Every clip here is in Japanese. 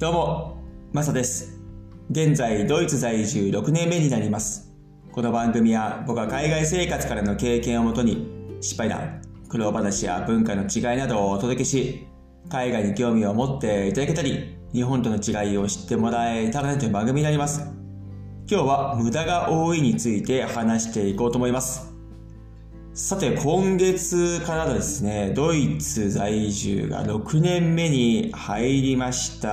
どうも、マサです。現在、ドイツ在住6年目になります。この番組は僕は海外生活からの経験をもとに、失敗談、苦労話や文化の違いなどをお届けし、海外に興味を持っていただけたり、日本との違いを知ってもらえたらなという番組になります。今日は無駄が多いについて話していこうと思います。さて、今月からですね、ドイツ在住が6年目に入りました。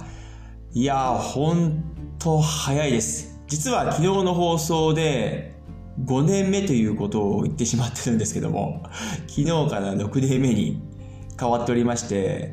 いやー、ほんと早いです。実は昨日の放送で5年目ということを言ってしまってるんですけども、昨日から6年目に変わっておりまして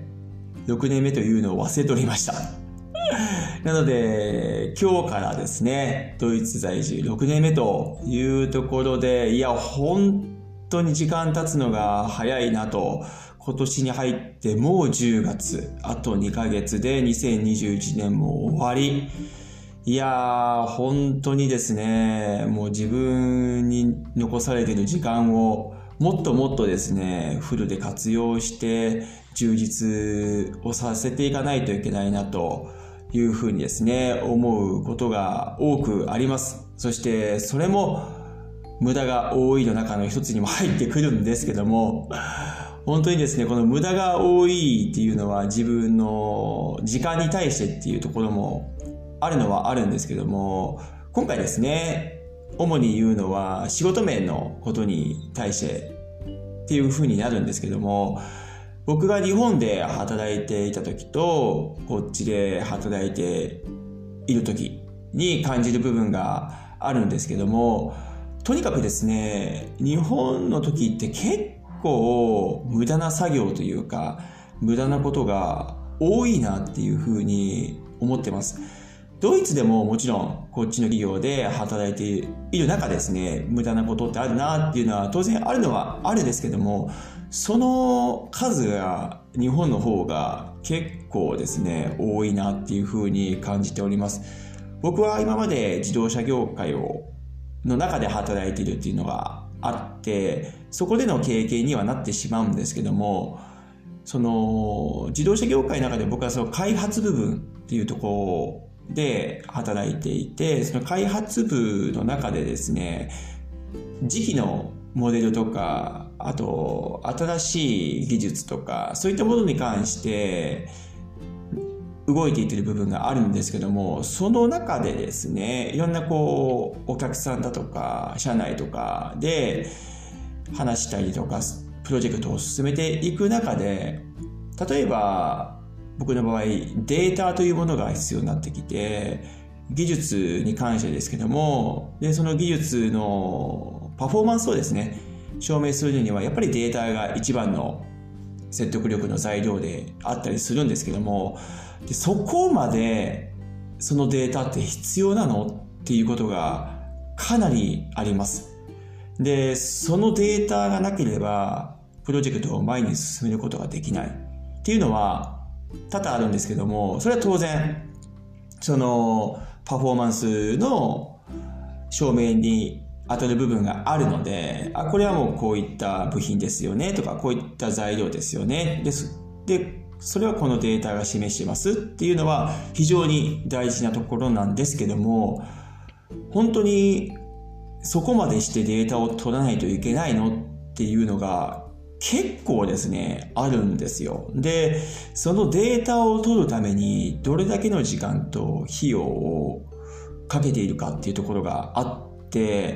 、6年目というのを忘れておりました。なので、今日からですね、ドイツ在住6年目というところで、いや、本当に時間経つのが早いなと、今年に入ってもう10月、あと2ヶ月で2021年も終わり、いやー、本当にですね、もう自分に残されている時間をもっともっとですね、フルで活用して充実をさせていかないといけないなというふうにですね、思うことが多くあります。そしてそれも無駄が多いの中の一つにも入ってくるんですけども、本当にですね、この無駄が多いっていうのは自分の時間に対してっていうところもあるのはあるんですけども、今回ですね、主に言うのは仕事面のことに対してっていうふうになるんですけども、僕が日本で働いていた時とこっちで働いている時に感じる部分があるんですけども、とにかくですね、日本の時って結構無駄な作業というか無駄なことが多いなっていうふうに思ってます。ドイツでももちろんこっちの企業で働いている中ですね、無駄なことってあるなっていうのは当然あるのはあるんですけども、その数が日本の方が結構ですね、多いなっていうふうに感じております。僕は今まで自動車業界の中で働いているっていうのがあって、そこでの経験にはなってしまうんですけども、その自動車業界の中で僕はその開発部分っていうところで働いていて、その開発部の中でですね、次期のモデルとか、あと新しい技術とか、そういったものに関して動いていっている部分があるんですけども、その中でですね、いろんなお客さんだとか社内とかで話したりとかプロジェクトを進めていく中で、例えば僕の場合データというものが必要になってきて、技術に関してですけども、でその技術のパフォーマンスをですね証明するにはやっぱりデータが一番の説得力の材料であったりするんですけども、でそこまでそのデータって必要なのっていうことがかなりあります。でそのデータがなければプロジェクトを前に進めることができないっていうのは多々あるんですけども、それは当然そのパフォーマンスの証明に当たる部分があるので、これはもうこういった部品ですよねとか、こういった材料ですよねでそれはこのデータが示してますっていうのは非常に大事なところなんですけども、本当にそこまでしてデータを取らないといけないのっていうのが結構ですねあるんですよ。でそのデータを取るためにどれだけの時間と費用をかけているかっていうところがあって、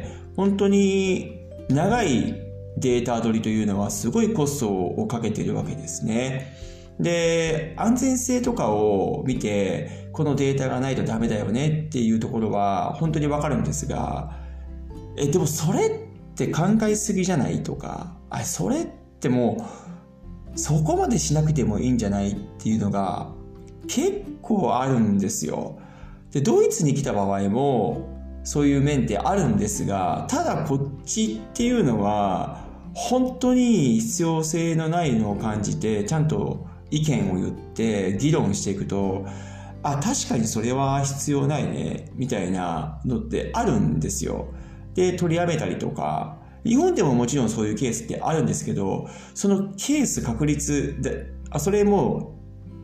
本当に長いデータ取りというのはすごいコストをかけているわけですね。で安全性とかを見てこのデータがないとダメだよねっていうところは本当にわかるんですが、でもそれって考えすぎじゃないとか、それってもうそこまでしなくてもいいんじゃないっていうのが結構あるんですよ。でドイツに来た場合もそういう面ってあるんですが、ただこっちっていうのは本当に必要性のないのを感じて、ちゃんと意見を言って議論していくと、確かにそれは必要ないねみたいなのってあるんですよ。で取りやめたりとか、日本でももちろんそういうケースってあるんですけど、そのケース確率でそれも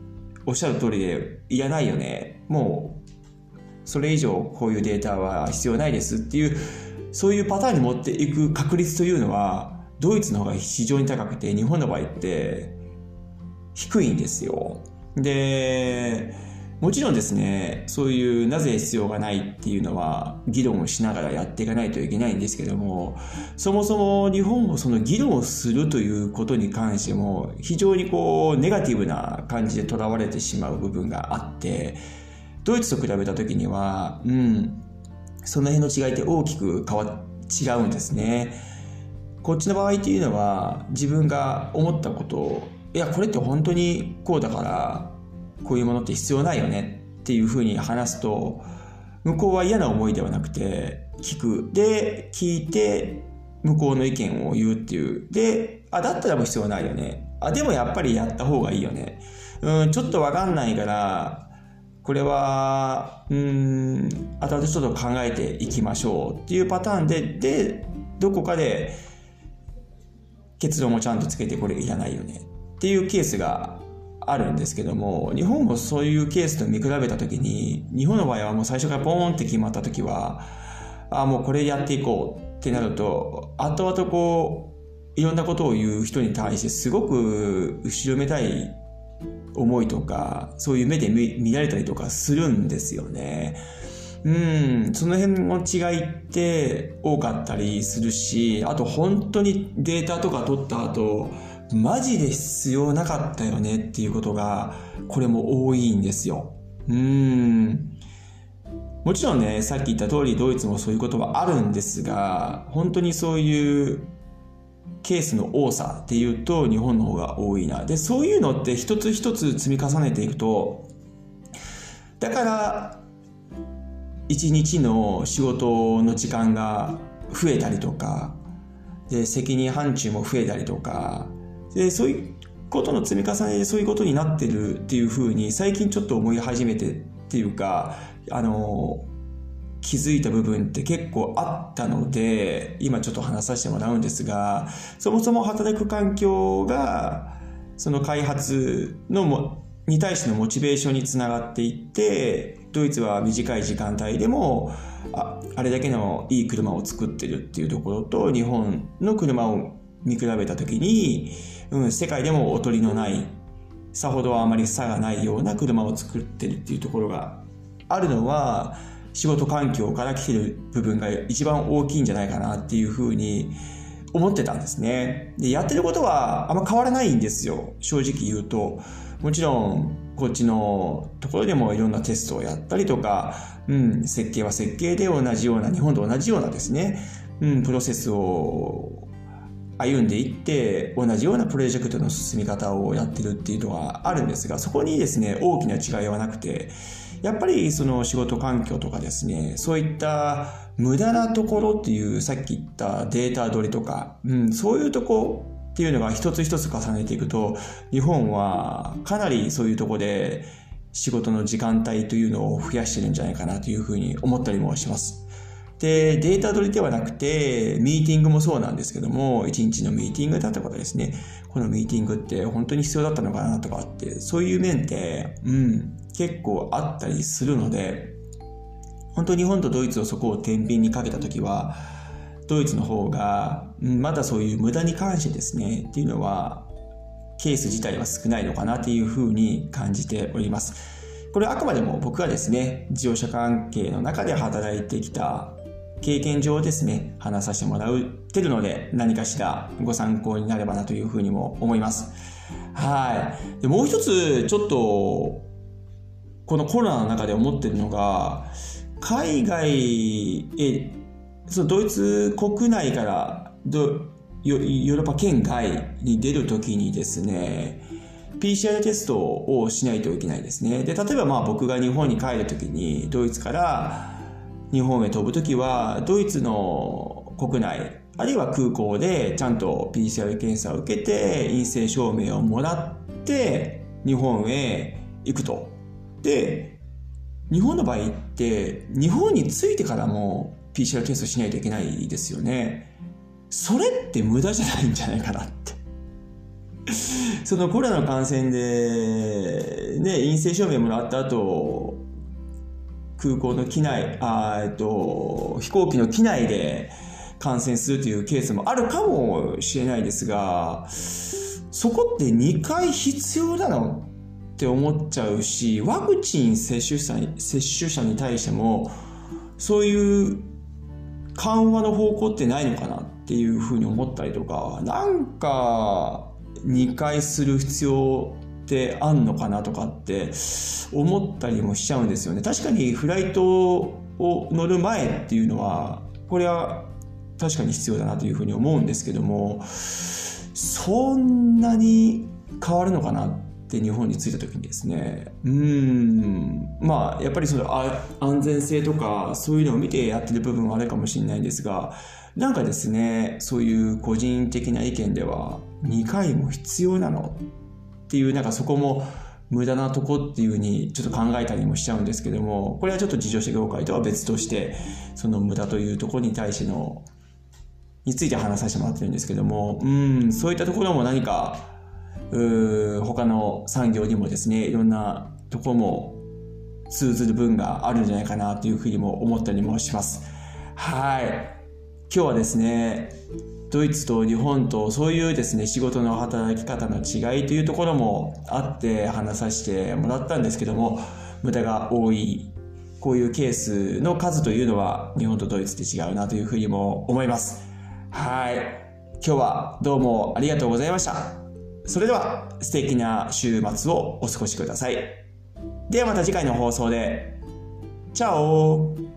おっしゃる通りでいらないよね、もうそれ以上こういうデータは必要ないですっていう、そういうパターンに持っていく確率というのはドイツの方が非常に高くて、日本の場合って低いんですよ。で、もちろんですね、そういうなぜ必要がないっていうのは議論をしながらやっていかないといけないんですけども、そもそも日本もその議論をするということに関しても非常にネガティブな感じでとらわれてしまう部分があって、ドイツと比べた時には、その辺の違いって大きく違うんですね。こっちの場合っていうのは自分が思ったことを、いやこれって本当にこうだからこういうものって必要ないよねっていうふうに話すと、向こうは嫌な思いではなくて聞いて向こうの意見を言うっていう。で、だったらもう必要ないよね。でもやっぱりやった方がいいよね。ちょっとわかんないからこれは後々ちょっと考えていきましょうっていうパターンでどこかで結論もちゃんとつけて、これいらないよねっていうケースがあるんですけども、日本もそういうケースと見比べたときに、日本の場合はもう最初からポーンって決まったときは、もうこれやっていこうってなると、後々いろんなことを言う人に対してすごく後ろめたい思いとか、そういう目で見られたりとかするんですよね。その辺の違いって多かったりするし、あと本当にデータとか取った後、マジで必要なかったよねっていうことが、これも多いんですよ。もちろんね、さっき言った通りドイツもそういうことはあるんですが、本当にそういうケースの多さっていうと日本の方が多いな。で、そういうのって一つ一つ積み重ねていくと、だから一日の仕事の時間が増えたりとか、で責任範疇も増えたりとか、でそういうことの積み重ねでそういうことになってるっていうふうに最近ちょっと思い始めてっていうか、気づいた部分って結構あったので、今ちょっと話させてもらうんですが、そもそも働く環境がその開発に対してのモチベーションにつながっていって、ドイツは短い時間帯でもあれだけのいい車を作ってるっていうところと、日本の車を見比べたときに、世界でも劣りのない、さほどあまり差がないような車を作ってるっていうところがあるのは、仕事環境から来てる部分が一番大きいんじゃないかなっていうふうに思ってたんですね。で、やってることはあんま変わらないんですよ、正直言うと。もちろんこっちのところでもいろんなテストをやったりとか、設計は設計で同じような、日本と同じようなですね、プロセスを歩んでいって同じようなプロジェクトの進み方をやってるっていうのがあるんですが、そこにですね大きな違いはなくて、やっぱりその仕事環境とかですね、そういった無駄なところっていう、さっき言ったデータ取りとか、そういうとこっていうのが一つ一つ重ねていくと、日本はかなりそういうとこで仕事の時間帯というのを増やしてるんじゃないかなというふうに思ったりもします。で、データ取りではなくて、ミーティングもそうなんですけども、一日のミーティングだったことですね。このミーティングって本当に必要だったのかなとかって、そういう面って、結構あったりするので、本当に日本とドイツをそこを天秤にかけたときは、ドイツの方が、まだそういう無駄に関してですね、っていうのは、ケース自体は少ないのかなっていうふうに感じております。これあくまでも僕がですね、自動車関係の中で働いてきた経験上ですね、話させてもらってるので、何かしらご参考になればなというふうにも思います。はい。で、もう一つ、ちょっと、このコロナの中で思ってるのが、海外へ、ドイツ国内からヨーロッパ圏外に出るときにですね、PCR テストをしないといけないですね。で、例えば僕が日本に帰るときに、ドイツから日本へ飛ぶときは、ドイツの国内、あるいは空港でちゃんと PCR 検査を受けて、陰性証明をもらって、日本へ行くと。で、日本の場合って、日本に着いてからも PCR テストしないといけないですよね。それって無駄じゃないんじゃないかなって。 そのコロナの感染で、ね、陰性証明もらった後、空港の機内、飛行機の機内で感染するというケースもあるかもしれないですが、そこって2回必要なのって思っちゃうし、ワクチン接種者に対してもそういう緩和の方向ってないのかなっていうふうに思ったりとか、なんか2回する必要ってあんのかなとかって思ったりもしちゃうんですよね。確かにフライトを乗る前っていうのはこれは確かに必要だなというふうに思うんですけども、そんなに変わるのかなって日本に着いた時にですね、まあやっぱりその安全性とかそういうのを見てやってる部分はあるかもしれないんですが、なんかですね、そういう個人的な意見では2回も必要なのっていう、なんかそこも無駄なとこっていう風にちょっと考えたりもしちゃうんですけども、これはちょっと自動車業界とは別として、その無駄というところに対してについて話させてもらってるんですけども、そういったところも何か他の産業にもですね、いろんなところも通ずる分があるんじゃないかなというふうにも思ったりもします。はい。今日はですね、ドイツと日本とそういうですね、仕事の働き方の違いというところもあって話させてもらったんですけども、無駄が多いこういうケースの数というのは日本とドイツって違うなというふうにも思います。はい。今日はどうもありがとうございました。それでは素敵な週末をお過ごしください。ではまた次回の放送で。チャオ。